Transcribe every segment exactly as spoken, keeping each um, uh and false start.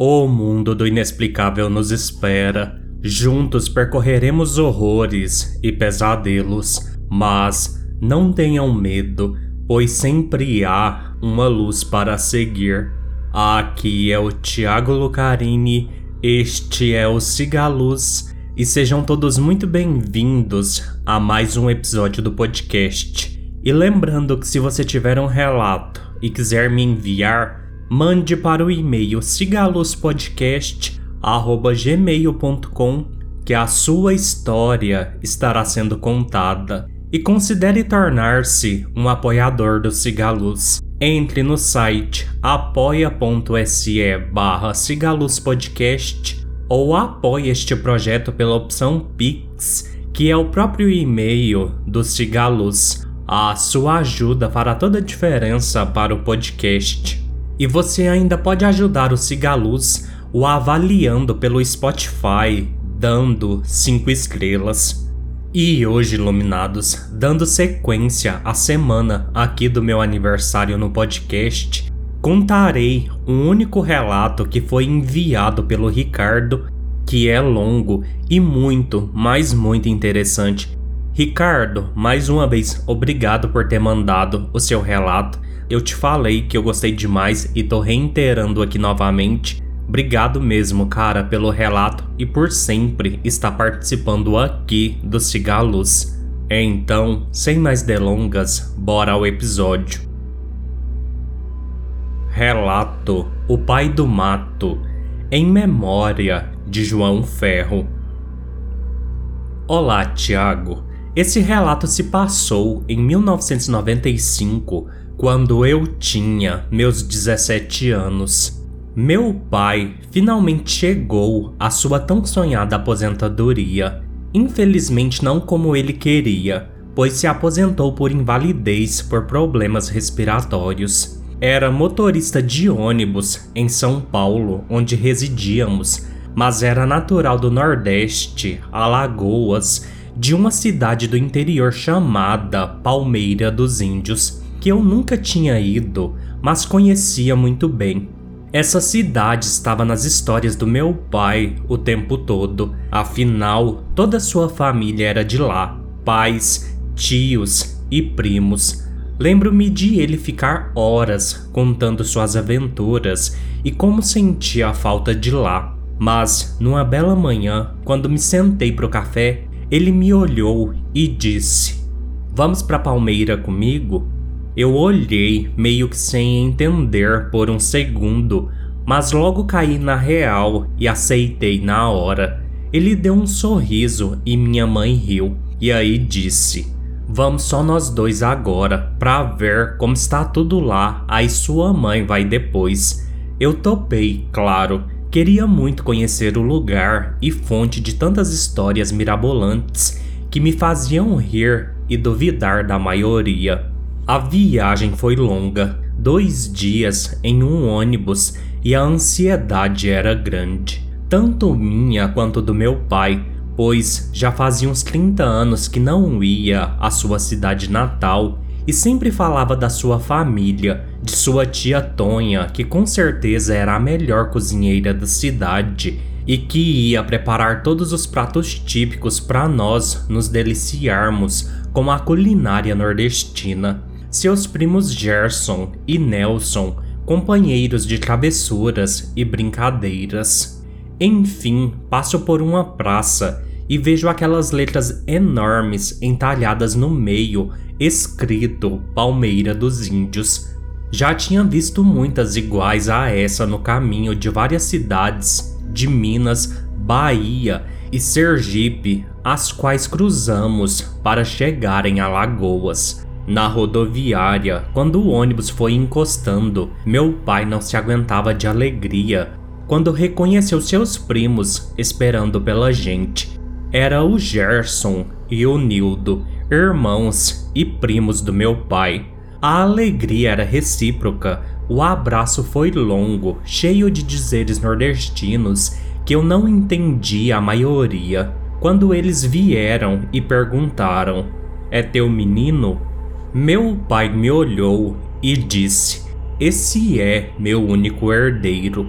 O mundo do inexplicável nos espera. Juntos percorreremos horrores e pesadelos, mas não tenham medo, pois sempre há uma luz para seguir. Aqui é o Thiago Lucarini, este é o Sigaluz, e sejam todos muito bem-vindos a mais um episódio do podcast. E lembrando que se você tiver um relato e quiser me enviar, mande para o e-mail sigaluzpodcast arroba gmail ponto com que a sua história estará sendo contada. E considere tornar-se um apoiador do Sigaluz. Entre no site apoia.se barra sigaluzpodcast ou apoie este projeto pela opção Pix, que é o próprio e-mail do Sigaluz. A sua ajuda fará toda a diferença para o podcast. E você ainda pode ajudar o Sigaluz o avaliando pelo Spotify, dando cinco estrelas. E hoje, iluminados, dando sequência à semana aqui do meu aniversário no podcast, contarei um único relato que foi enviado pelo Ricardo, que é longo e muito, mas muito interessante. Ricardo, mais uma vez, obrigado por ter mandado o seu relato. Eu te falei que eu gostei demais e tô reiterando aqui novamente. Obrigado mesmo, cara, pelo relato e por sempre estar participando aqui do Sigaluz. Então, sem mais delongas, bora ao episódio. Relato: O Pai do Mato, em memória de João Ferro. Olá, Thiago. Esse relato se passou em mil novecentos e noventa e cinco, quando eu tinha meus dezessete anos. Meu pai finalmente chegou à sua tão sonhada aposentadoria. Infelizmente não como ele queria, pois se aposentou por invalidez por problemas respiratórios. Era motorista de ônibus em São Paulo, onde residíamos, mas era natural do Nordeste, Alagoas, de uma cidade do interior chamada Palmeira dos Índios, que eu nunca tinha ido, mas conhecia muito bem. Essa cidade estava nas histórias do meu pai o tempo todo, afinal, toda sua família era de lá, pais, tios e primos. Lembro-me de ele ficar horas contando suas aventuras e como sentia a falta de lá. Mas, numa bela manhã, quando me sentei pro café, ele me olhou e disse: "Vamos pra Palmeira comigo?" Eu olhei, meio que sem entender por um segundo, mas logo caí na real e aceitei na hora. Ele deu um sorriso e minha mãe riu, e aí disse: "Vamos só nós dois agora, pra ver como está tudo lá, aí sua mãe vai depois." Eu topei, claro. Queria muito conhecer o lugar e fonte de tantas histórias mirabolantes que me faziam rir e duvidar da maioria. A viagem foi longa, dois dias em um ônibus, e a ansiedade era grande, tanto minha quanto do meu pai, pois já fazia uns trinta anos que não ia à sua cidade natal e sempre falava da sua família, de sua tia Tonha, que com certeza era a melhor cozinheira da cidade e que ia preparar todos os pratos típicos para nós nos deliciarmos com a culinária nordestina. Seus primos Gerson e Nelson, companheiros de travessuras e brincadeiras. Enfim, passo por uma praça e vejo aquelas letras enormes entalhadas no meio, escrito Palmeira dos Índios. Já tinha visto muitas iguais a essa no caminho de várias cidades de Minas, Bahia e Sergipe, as quais cruzamos para chegar em Alagoas. Na rodoviária, quando o ônibus foi encostando, meu pai não se aguentava de alegria quando reconheceu seus primos esperando pela gente. Era o Gerson e o Nildo, irmãos e primos do meu pai. A alegria era recíproca, o abraço foi longo, cheio de dizeres nordestinos que eu não entendi a maioria. Quando eles vieram e perguntaram: "É teu menino?" Meu pai me olhou e disse: "Esse é meu único herdeiro."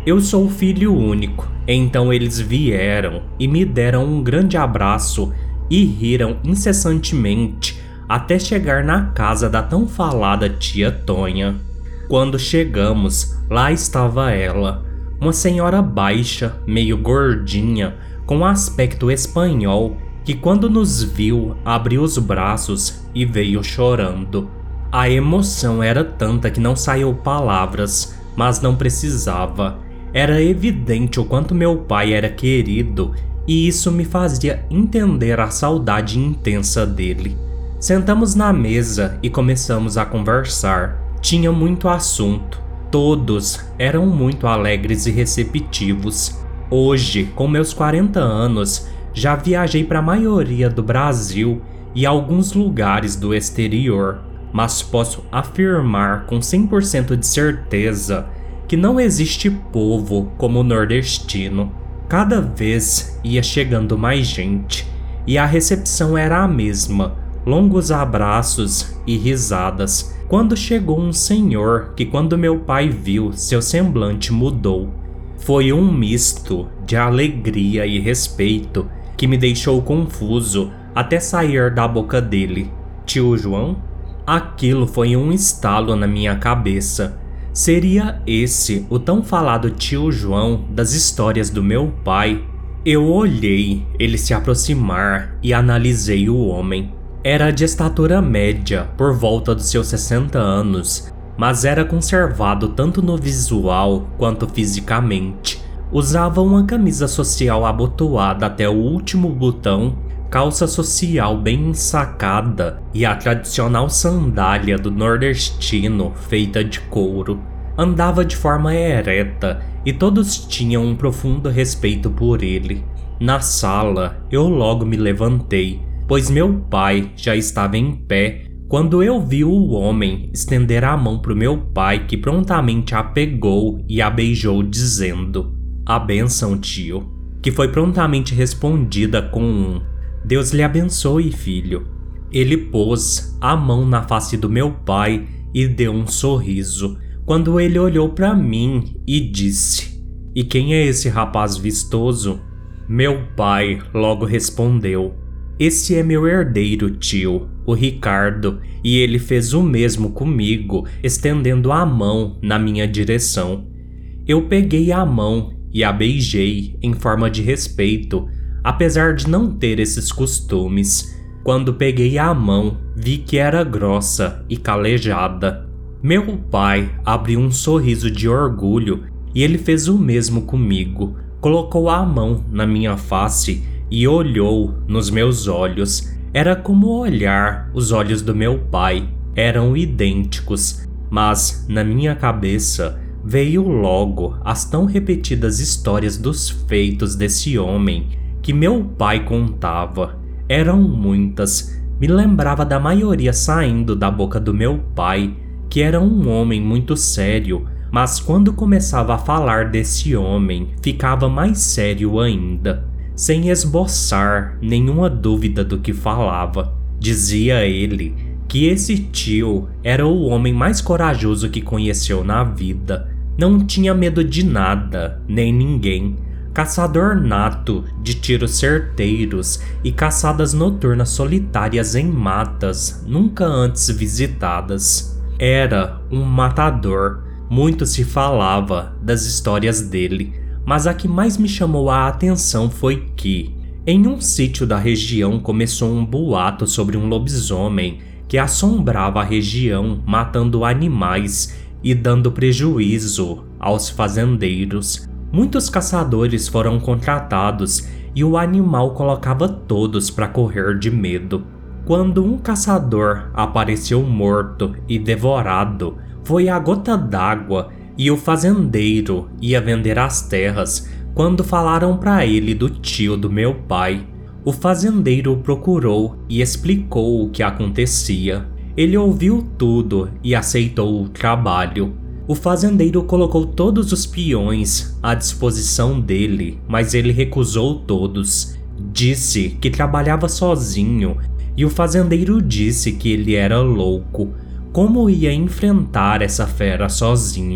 Eu sou filho único, então eles vieram e me deram um grande abraço e riram incessantemente até chegar na casa da tão falada tia Tonha. Quando chegamos, lá estava ela, uma senhora baixa, meio gordinha, com aspecto espanhol, que quando nos viu abriu os braços e veio chorando. A emoção era tanta que não saiu palavras, mas não precisava. Era evidente o quanto meu pai era querido e isso me fazia entender a saudade intensa dele. Sentamos na mesa e começamos a conversar. Tinha muito assunto. Todos eram muito alegres e receptivos. Hoje, com meus quarenta anos, já viajei para a maioria do Brasil e alguns lugares do exterior, mas posso afirmar com cem por cento de certeza que não existe povo como o nordestino. Cada vez ia chegando mais gente e a recepção era a mesma, longos abraços e risadas. Quando chegou um senhor que, quando meu pai viu, seu semblante mudou. Foi um misto de alegria e respeito que me deixou confuso até sair da boca dele. Tio João? Aquilo foi um estalo na minha cabeça. Seria esse o tão falado tio João das histórias do meu pai? Eu olhei ele se aproximar e analisei o homem. Era de estatura média, por volta dos seus sessenta anos, mas era conservado tanto no visual quanto fisicamente. Usava uma camisa social abotoada até o último botão, calça social bem ensacada e a tradicional sandália do nordestino feita de couro. Andava de forma ereta e todos tinham um profundo respeito por ele. Na sala, eu logo me levantei, pois meu pai já estava em pé quando eu vi o homem estender a mão para o meu pai, que prontamente a pegou e a beijou dizendo: "A bênção, tio", que foi prontamente respondida com um "Deus lhe abençoe, filho". Ele pôs a mão na face do meu pai e deu um sorriso, quando ele olhou para mim e disse: "E quem é esse rapaz vistoso?" Meu pai logo respondeu: "Esse é meu herdeiro, tio, o Ricardo, e ele fez o mesmo comigo, estendendo a mão na minha direção." Eu peguei a mão e a beijei em forma de respeito, apesar de não ter esses costumes. Quando peguei a mão, vi que era grossa e calejada. Meu pai abriu um sorriso de orgulho e ele fez o mesmo comigo. Colocou a mão na minha face e olhou nos meus olhos. Era como olhar os olhos do meu pai. Eram idênticos, mas na minha cabeça veio logo as tão repetidas histórias dos feitos desse homem que meu pai contava. Eram muitas, me lembrava da maioria saindo da boca do meu pai, que era um homem muito sério, mas quando começava a falar desse homem, ficava mais sério ainda, sem esboçar nenhuma dúvida do que falava. Dizia ele que esse tio era o homem mais corajoso que conheceu na vida. Não tinha medo de nada, nem ninguém. Caçador nato de tiros certeiros e caçadas noturnas solitárias em matas nunca antes visitadas. Era um matador. Muito se falava das histórias dele, mas a que mais me chamou a atenção foi que, em um sítio da região, começou um boato sobre um lobisomem que assombrava a região, matando animais e dando prejuízo aos fazendeiros. Muitos caçadores foram contratados e o animal colocava todos para correr de medo. Quando um caçador apareceu morto e devorado, foi a gota d'água e o fazendeiro ia vender as terras quando falaram para ele do tio do meu pai. O fazendeiro o procurou e explicou o que acontecia. Ele ouviu tudo e aceitou o trabalho. O fazendeiro colocou todos os peões à disposição dele, mas ele recusou todos. Disse que trabalhava sozinho e o fazendeiro disse que ele era louco. Como ia enfrentar essa fera sozinho?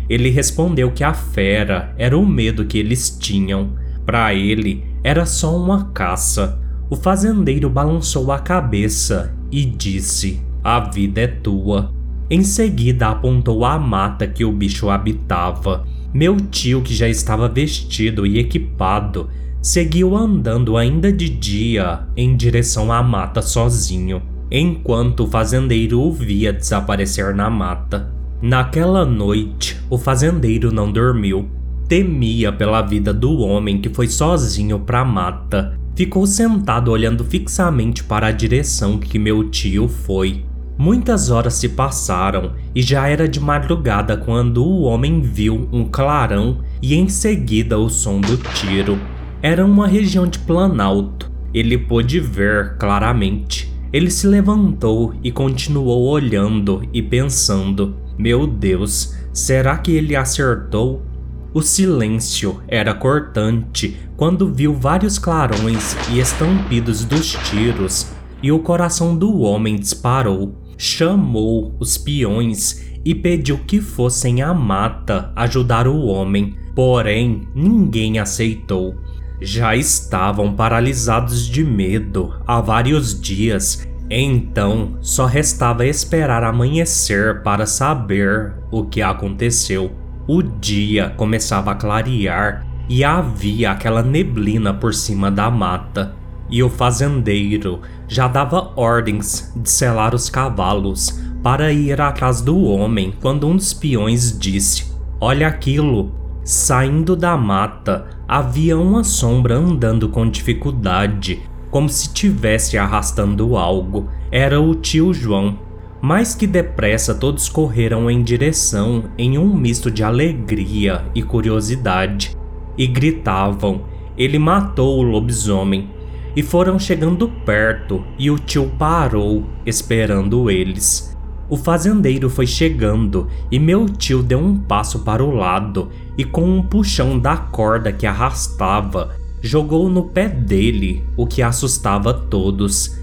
Ele respondeu que a fera era o medo que eles tinham. Para ele, era só uma caça. O fazendeiro balançou a cabeça e disse: "A vida é tua." Em seguida, apontou a mata que o bicho habitava. Meu tio, que já estava vestido e equipado, seguiu andando ainda de dia em direção à mata sozinho, enquanto o fazendeiro o via desaparecer na mata. Naquela noite, o fazendeiro não dormiu. Temia pela vida do homem que foi sozinho para a mata. Ficou sentado olhando fixamente para a direção que meu tio foi. Muitas horas se passaram e já era de madrugada quando o homem viu um clarão e em seguida o som do tiro. Era uma região de planalto. Ele pôde ver claramente. Ele se levantou e continuou olhando e pensando: "Meu Deus, será que ele acertou?" O silêncio era cortante quando viu vários clarões e estampidos dos tiros, e o coração do homem disparou. Chamou os peões e pediu que fossem à mata ajudar o homem, porém ninguém aceitou. Já estavam paralisados de medo há vários dias, então só restava esperar amanhecer para saber o que aconteceu. O dia começava a clarear e havia aquela neblina por cima da mata, e o fazendeiro já dava ordens de selar os cavalos para ir atrás do homem quando um dos peões disse: "Olha aquilo!" Saindo da mata, havia uma sombra andando com dificuldade, como se tivesse arrastando algo. Era o tio João. Mais que depressa, todos correram em direção em um misto de alegria e curiosidade, e gritavam: "Ele matou o lobisomem!" E foram chegando perto e o tio parou, esperando eles. O fazendeiro foi chegando e meu tio deu um passo para o lado e, com um puxão da corda que arrastava, jogou no pé dele, o que assustava todos.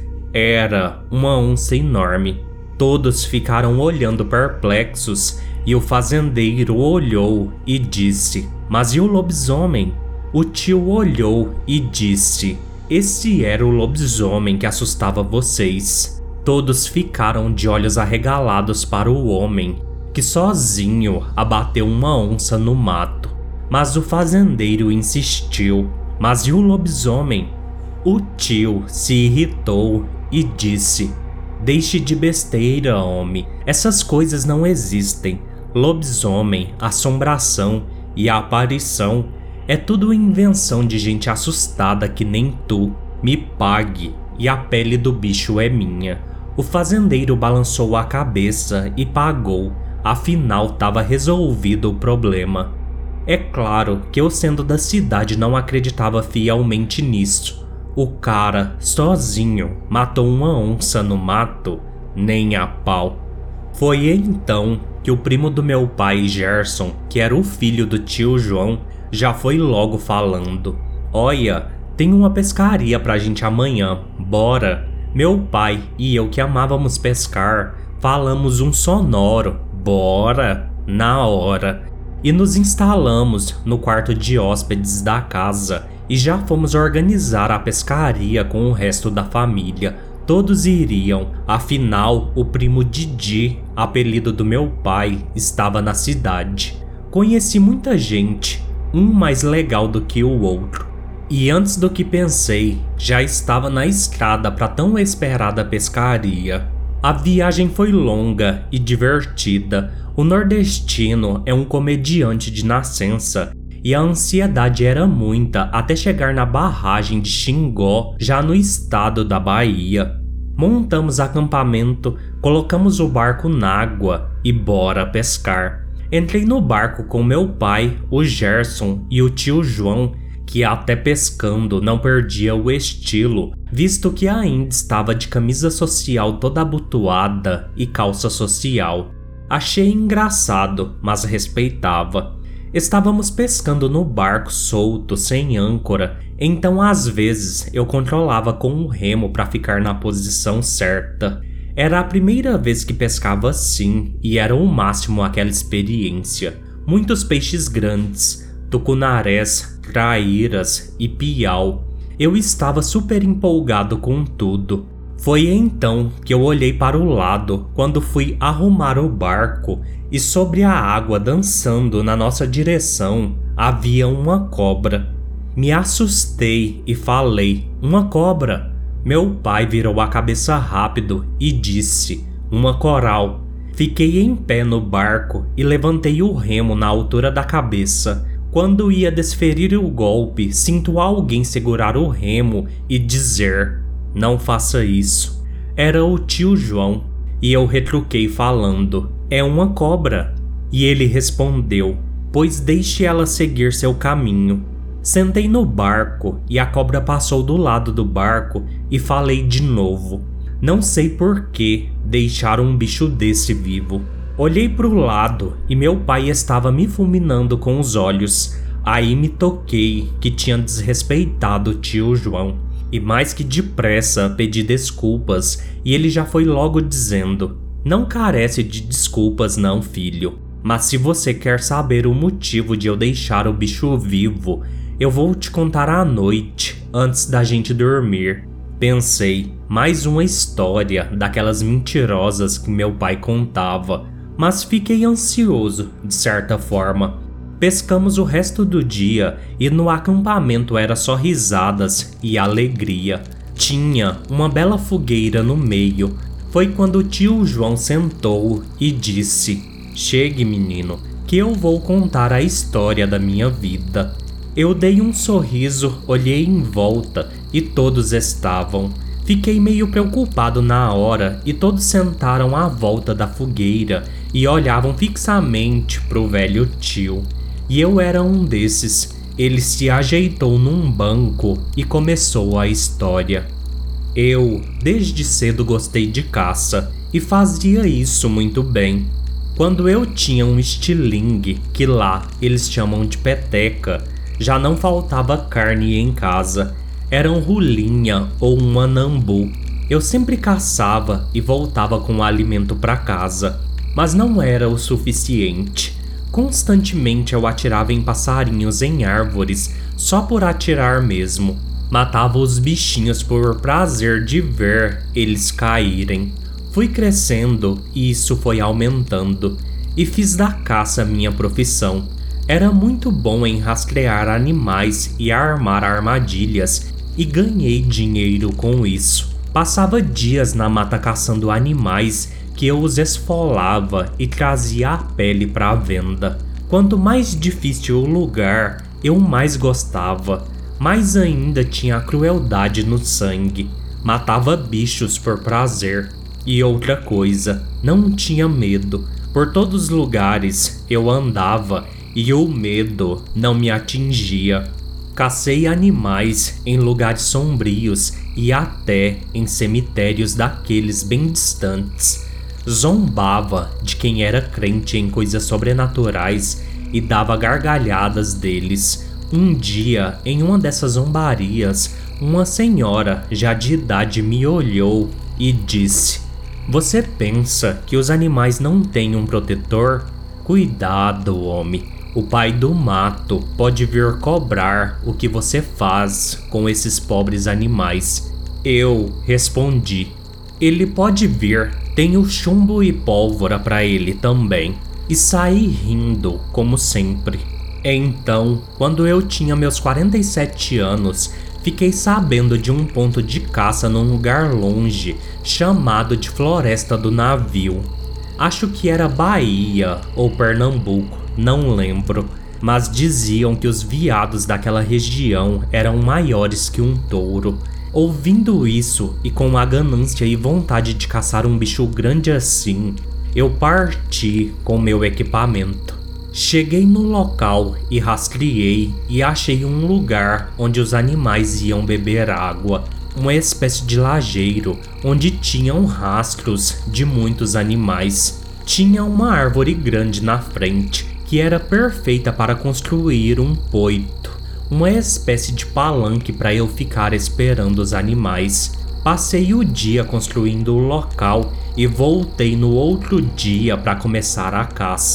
Era uma onça enorme. Todos ficaram olhando perplexos e o fazendeiro olhou e disse: "Mas e o lobisomem?" O tio olhou e disse: "Esse era o lobisomem que assustava vocês." Todos ficaram de olhos arregalados para o homem, que sozinho abateu uma onça no mato. Mas o fazendeiro insistiu: "Mas e o lobisomem?" O tio se irritou e disse: "Deixe de besteira, homem. Essas coisas não existem. Lobisomem, assombração e aparição é tudo invenção de gente assustada que nem tu. Me pague e a pele do bicho é minha." O fazendeiro balançou a cabeça e pagou. Afinal, estava resolvido o problema. É claro que eu, sendo da cidade, não acreditava fielmente nisso. O cara, sozinho, matou uma onça no mato? Nem a pau. Foi então que o primo do meu pai, Gerson, que era o filho do tio João, já foi logo falando: "Olha, tem uma pescaria pra gente amanhã, bora." Meu pai e eu, que amávamos pescar, falamos um sonoro "bora" na hora e nos instalamos no quarto de hóspedes da casa e já fomos organizar a pescaria com o resto da família. Todos iriam, afinal o primo Didi, apelido do meu pai, estava na cidade. Conheci muita gente, um mais legal do que o outro. E antes do que pensei, já estava na estrada para tão esperada pescaria. A viagem foi longa e divertida. O nordestino é um comediante de nascença e a ansiedade era muita até chegar na barragem de Xingó, já no estado da Bahia. Montamos acampamento, colocamos o barco na água e bora pescar. Entrei no barco com meu pai, o Gerson e o tio João, que até pescando não perdia o estilo, visto que ainda estava de camisa social toda abotoada e calça social. Achei engraçado, mas respeitava. Estávamos pescando no barco solto, sem âncora, então às vezes eu controlava com o remo para ficar na posição certa. Era a primeira vez que pescava assim e era o máximo aquela experiência. muitos peixes grandes, tucunarés, traíras e piau. Eu estava super empolgado com tudo. Foi então que eu olhei para o lado quando fui arrumar o barco e sobre a água dançando na nossa direção havia uma cobra. Me assustei e falei: "Uma cobra!" Meu pai virou a cabeça rápido e disse: "Uma coral." Fiquei em pé no barco e levantei o remo na altura da cabeça. Quando ia desferir o golpe, sinto alguém segurar o remo e dizer: "Não faça isso." Era o tio João, e eu retruquei falando: "É uma cobra." E ele respondeu: "Pois deixe ela seguir seu caminho." Sentei no barco e a cobra passou do lado do barco e falei de novo: "Não sei por que deixaram um bicho desse vivo." Olhei para o lado e meu pai estava me fulminando com os olhos. Aí me toquei que tinha desrespeitado o tio João. E mais que depressa pedi desculpas e ele já foi logo dizendo: "Não carece de desculpas não, filho. Mas se você quer saber o motivo de eu deixar o bicho vivo, eu vou te contar à noite, antes da gente dormir." Pensei, mais uma história daquelas mentirosas que meu pai contava, mas fiquei ansioso, de certa forma. Pescamos o resto do dia e no acampamento era só risadas e alegria. Tinha uma bela fogueira no meio. Foi quando o tio João sentou e disse: "Chegue, menino, que eu vou contar a história da minha vida." Eu dei um sorriso, olhei em volta e todos estavam. Fiquei meio preocupado na hora e todos sentaram à volta da fogueira e olhavam fixamente pro velho tio. E eu era um desses. Ele se ajeitou num banco e começou a história. Eu, desde cedo, gostei de caça e fazia isso muito bem. Quando eu tinha um estilingue, que lá eles chamam de peteca, já não faltava carne em casa. Era um rolinha ou um anambu. Eu sempre caçava e voltava com o alimento para casa, mas não era o suficiente. Constantemente eu atirava em passarinhos em árvores, só por atirar mesmo. Matava os bichinhos por prazer de ver eles caírem. Fui crescendo e isso foi aumentando, e fiz da caça minha profissão. Era muito bom em rastrear animais e armar armadilhas, e ganhei dinheiro com isso. Passava dias na mata caçando animais que eu os esfolava e trazia a pele para venda. Quanto mais difícil o lugar, eu mais gostava. Mais ainda tinha a crueldade no sangue. Matava bichos por prazer. E outra coisa, não tinha medo. Por todos os lugares eu andava e o medo não me atingia. Cacei animais em lugares sombrios e até em cemitérios daqueles bem distantes. Zombava de quem era crente em coisas sobrenaturais e dava gargalhadas deles. Um dia, em uma dessas zombarias, uma senhora já de idade me olhou e disse: "Você pensa que os animais não têm um protetor? Cuidado, homem. O pai do mato pode vir cobrar o que você faz com esses pobres animais." Eu respondi: "Ele pode vir, tenho chumbo e pólvora para ele também." E saí rindo, como sempre. Então, quando eu tinha meus quarenta e sete anos, fiquei sabendo de um ponto de caça num lugar longe, chamado de Floresta do Navio. Acho que era Bahia ou Pernambuco, não lembro, mas diziam que os veados daquela região eram maiores que um touro. Ouvindo isso e com a ganância e vontade de caçar um bicho grande assim, eu parti com meu equipamento. Cheguei no local e rastreei e achei um lugar onde os animais iam beber água, uma espécie de lajeiro onde tinham rastros de muitos animais. Tinha uma árvore grande na frente que era perfeita para construir um poito, uma espécie de palanque para eu ficar esperando os animais. Passei o dia construindo o local e voltei no outro dia para começar a caça.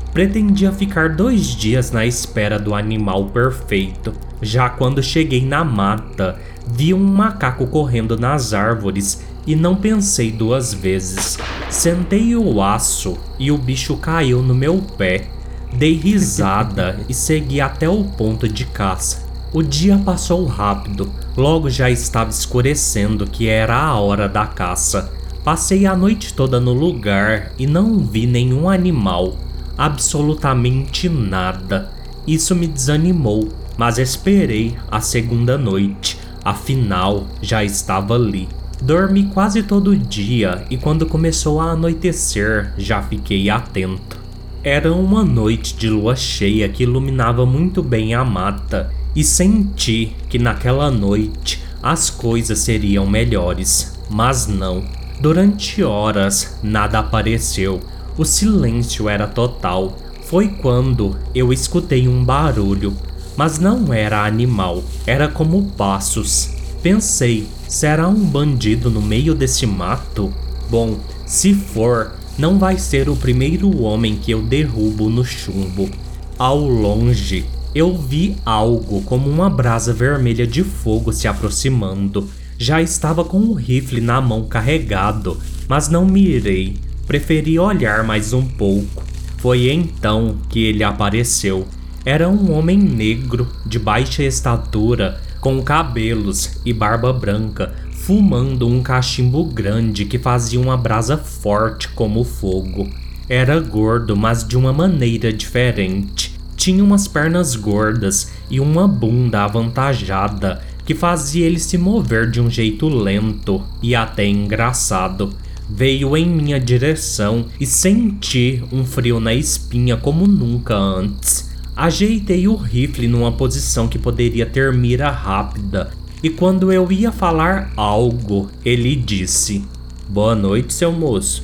Pretendia ficar dois dias na espera do animal perfeito. Já quando cheguei na mata, vi um macaco correndo nas árvores e não pensei duas vezes. Sentei o aço e o bicho caiu no meu pé. Dei risada e segui até o ponto de caça. O dia passou rápido, logo já estava escurecendo, que era a hora da caça. Passei a noite toda no lugar e não vi nenhum animal, absolutamente nada. Isso me desanimou, mas esperei a segunda noite, afinal já estava ali. Dormi quase todo dia e quando começou a anoitecer já fiquei atento. Era uma noite de lua cheia que iluminava muito bem a mata e senti que naquela noite as coisas seriam melhores, mas não. Durante horas nada apareceu, o silêncio era total. Foi quando eu escutei um barulho, mas não era animal, era como passos. Pensei, será um bandido no meio desse mato? Bom, se for, não vai ser o primeiro homem que eu derrubo no chumbo. Ao longe, eu vi algo como uma brasa vermelha de fogo se aproximando. Já estava com o rifle na mão carregado, mas não mirei. Preferi olhar mais um pouco. Foi então que ele apareceu. Era um homem negro, de baixa estatura, com cabelos e barba branca, fumando um cachimbo grande que fazia uma brasa forte como fogo. Era gordo, mas de uma maneira diferente. Tinha umas pernas gordas e uma bunda avantajada que fazia ele se mover de um jeito lento e até engraçado. Veio em minha direção e senti um frio na espinha como nunca antes. Ajeitei o rifle numa posição que poderia ter mira rápida e quando eu ia falar algo, ele disse: "Boa noite, seu moço."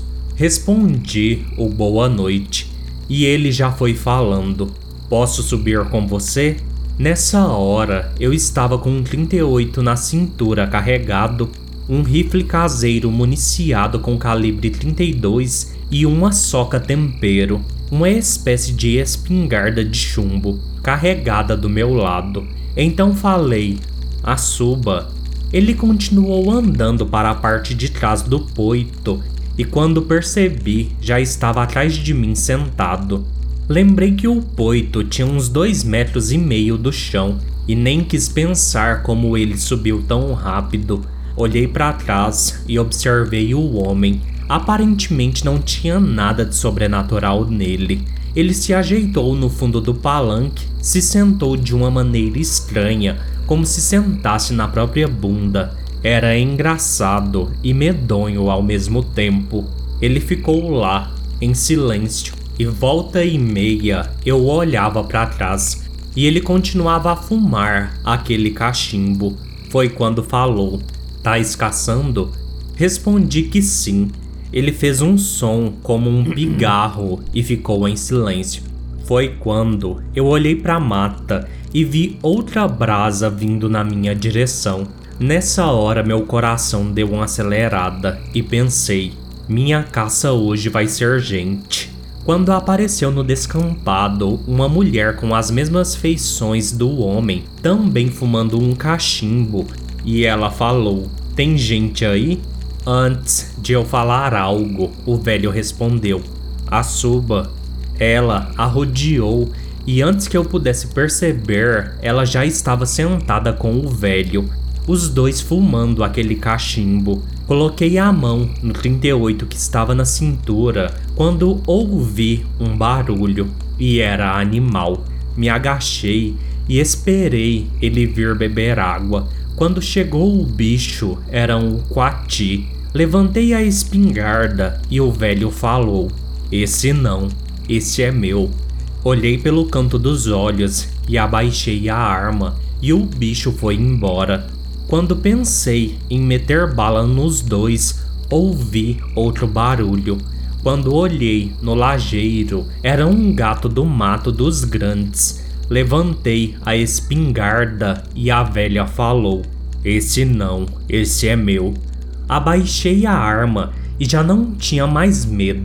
Respondi o boa noite e ele já foi falando: "Posso subir com você?" Nessa hora, eu estava com um trinta e oito na cintura carregado, um rifle caseiro municiado com calibre trinta e dois e uma soca tempero, uma espécie de espingarda de chumbo, carregada do meu lado. Então falei: "A suba." Ele continuou andando para a parte de trás do poito e quando percebi, já estava atrás de mim sentado. Lembrei que o poito tinha uns dois metros e meio do chão e nem quis pensar como ele subiu tão rápido. Olhei para trás e observei o homem. Aparentemente não tinha nada de sobrenatural nele. Ele se ajeitou no fundo do palanque, se sentou de uma maneira estranha, como se sentasse na própria bunda. Era engraçado e medonho ao mesmo tempo. Ele ficou lá, em silêncio. E volta e meia eu olhava para trás e ele continuava a fumar aquele cachimbo. Foi quando falou: "Tá caçando?" Respondi que sim. Ele fez um som como um pigarro e ficou em silêncio. Foi quando eu olhei para a mata e vi outra brasa vindo na minha direção. Nessa hora meu coração deu uma acelerada e pensei: minha caça hoje vai ser gente. Quando apareceu no descampado uma mulher com as mesmas feições do homem, também fumando um cachimbo, e ela falou: "Tem gente aí?" Antes de eu falar algo, o velho respondeu: "A suba." Ela a rodeou e antes que eu pudesse perceber, ela já estava sentada com o velho, os dois fumando aquele cachimbo. Coloquei a mão no trinta e oito que estava na cintura quando ouvi um barulho e era animal. Me agachei e esperei ele vir beber água. Quando chegou o bicho, era um coati. Levantei a espingarda e o velho falou: "Esse não, esse é meu." Olhei pelo canto dos olhos e abaixei a arma e o bicho foi embora. Quando pensei em meter bala nos dois, ouvi outro barulho. Quando olhei no lajeiro, era um gato do mato dos grandes. Levantei a espingarda e a velha falou: "Esse não, esse é meu." Abaixei a arma e já não tinha mais medo.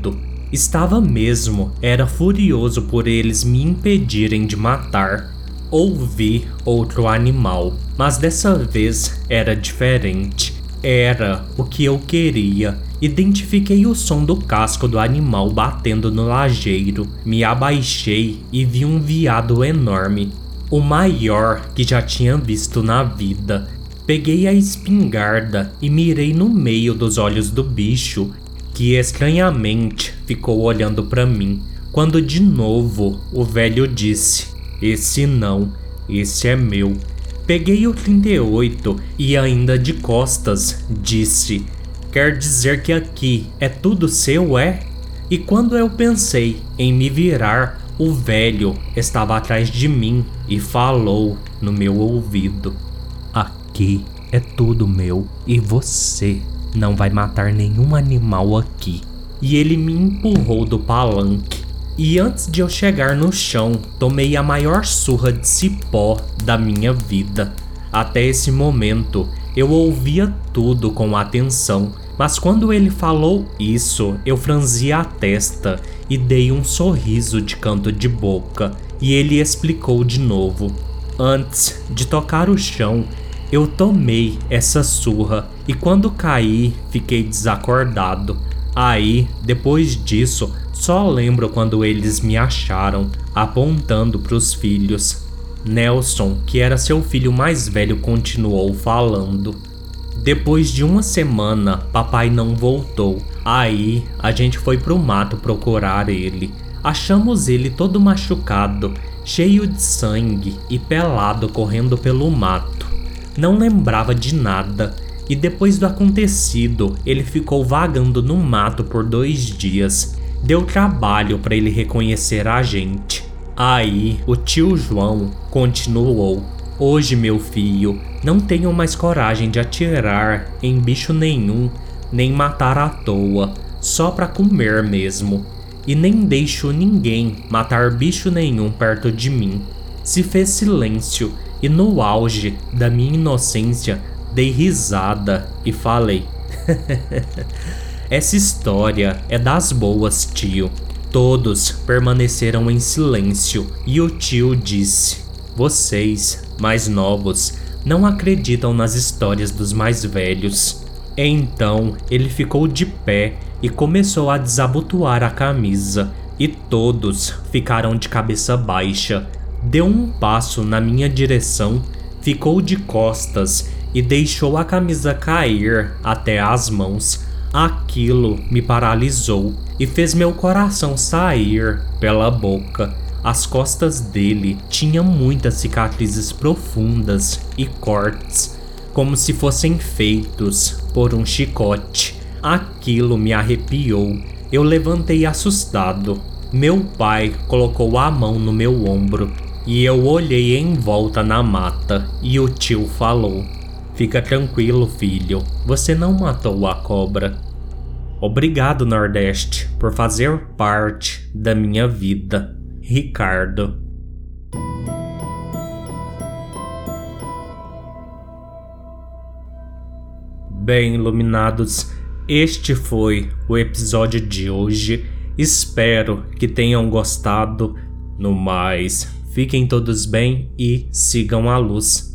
Estava mesmo, era furioso por eles me impedirem de matar. Ouvi outro animal, mas dessa vez era diferente. Era o que eu queria. Identifiquei o som do casco do animal batendo no lajeiro. Me abaixei e vi um veado enorme, o maior que já tinha visto na vida. Peguei a espingarda e mirei no meio dos olhos do bicho, que estranhamente ficou olhando para mim, quando de novo o velho disse: "Esse não, esse é meu." Peguei o trinta e oito e ainda de costas disse: "Quer dizer que aqui é tudo seu, é?" E quando eu pensei em me virar, o velho estava atrás de mim e falou no meu ouvido: "Aqui é tudo meu e você não vai matar nenhum animal aqui." E ele me empurrou do palanque. E antes de eu chegar no chão, tomei a maior surra de cipó da minha vida. Até esse momento, eu ouvia tudo com atenção, mas quando ele falou isso, eu franzi a testa e dei um sorriso de canto de boca. E ele explicou de novo: "Antes de tocar o chão, eu tomei essa surra e quando caí, fiquei desacordado. Aí, depois disso, só lembro quando eles me acharam, apontando pros filhos." Nelson, que era seu filho mais velho, continuou falando: "Depois de uma semana, papai não voltou. Aí, a gente foi pro mato procurar ele. Achamos ele todo machucado, cheio de sangue e pelado correndo pelo mato. Não lembrava de nada. E depois do acontecido, ele ficou vagando no mato por dois dias. Deu trabalho para ele reconhecer a gente." Aí o tio João continuou: "Hoje, meu filho, não tenho mais coragem de atirar em bicho nenhum, nem matar à toa, só para comer mesmo. E nem deixo ninguém matar bicho nenhum perto de mim." Se fez silêncio e no auge da minha inocência dei risada e falei: "Essa história é das boas, tio." Todos permaneceram em silêncio e o tio disse: "Vocês, mais novos, não acreditam nas histórias dos mais velhos." Então ele ficou de pé e começou a desabotoar a camisa, e todos ficaram de cabeça baixa. Deu um passo na minha direção, ficou de costas e deixou a camisa cair até as mãos. Aquilo me paralisou e fez meu coração sair pela boca. As costas dele tinham muitas cicatrizes profundas e cortes, como se fossem feitos por um chicote. Aquilo me arrepiou. Eu levantei assustado. Meu pai colocou a mão no meu ombro e eu olhei em volta na mata e o tio falou: "Fica tranquilo, filho, você não matou a cobra." Obrigado, Nordeste, por fazer parte da minha vida. Ricardo. Bem, iluminados, este foi o episódio de hoje. Espero que tenham gostado. No mais, fiquem todos bem e sigam a luz.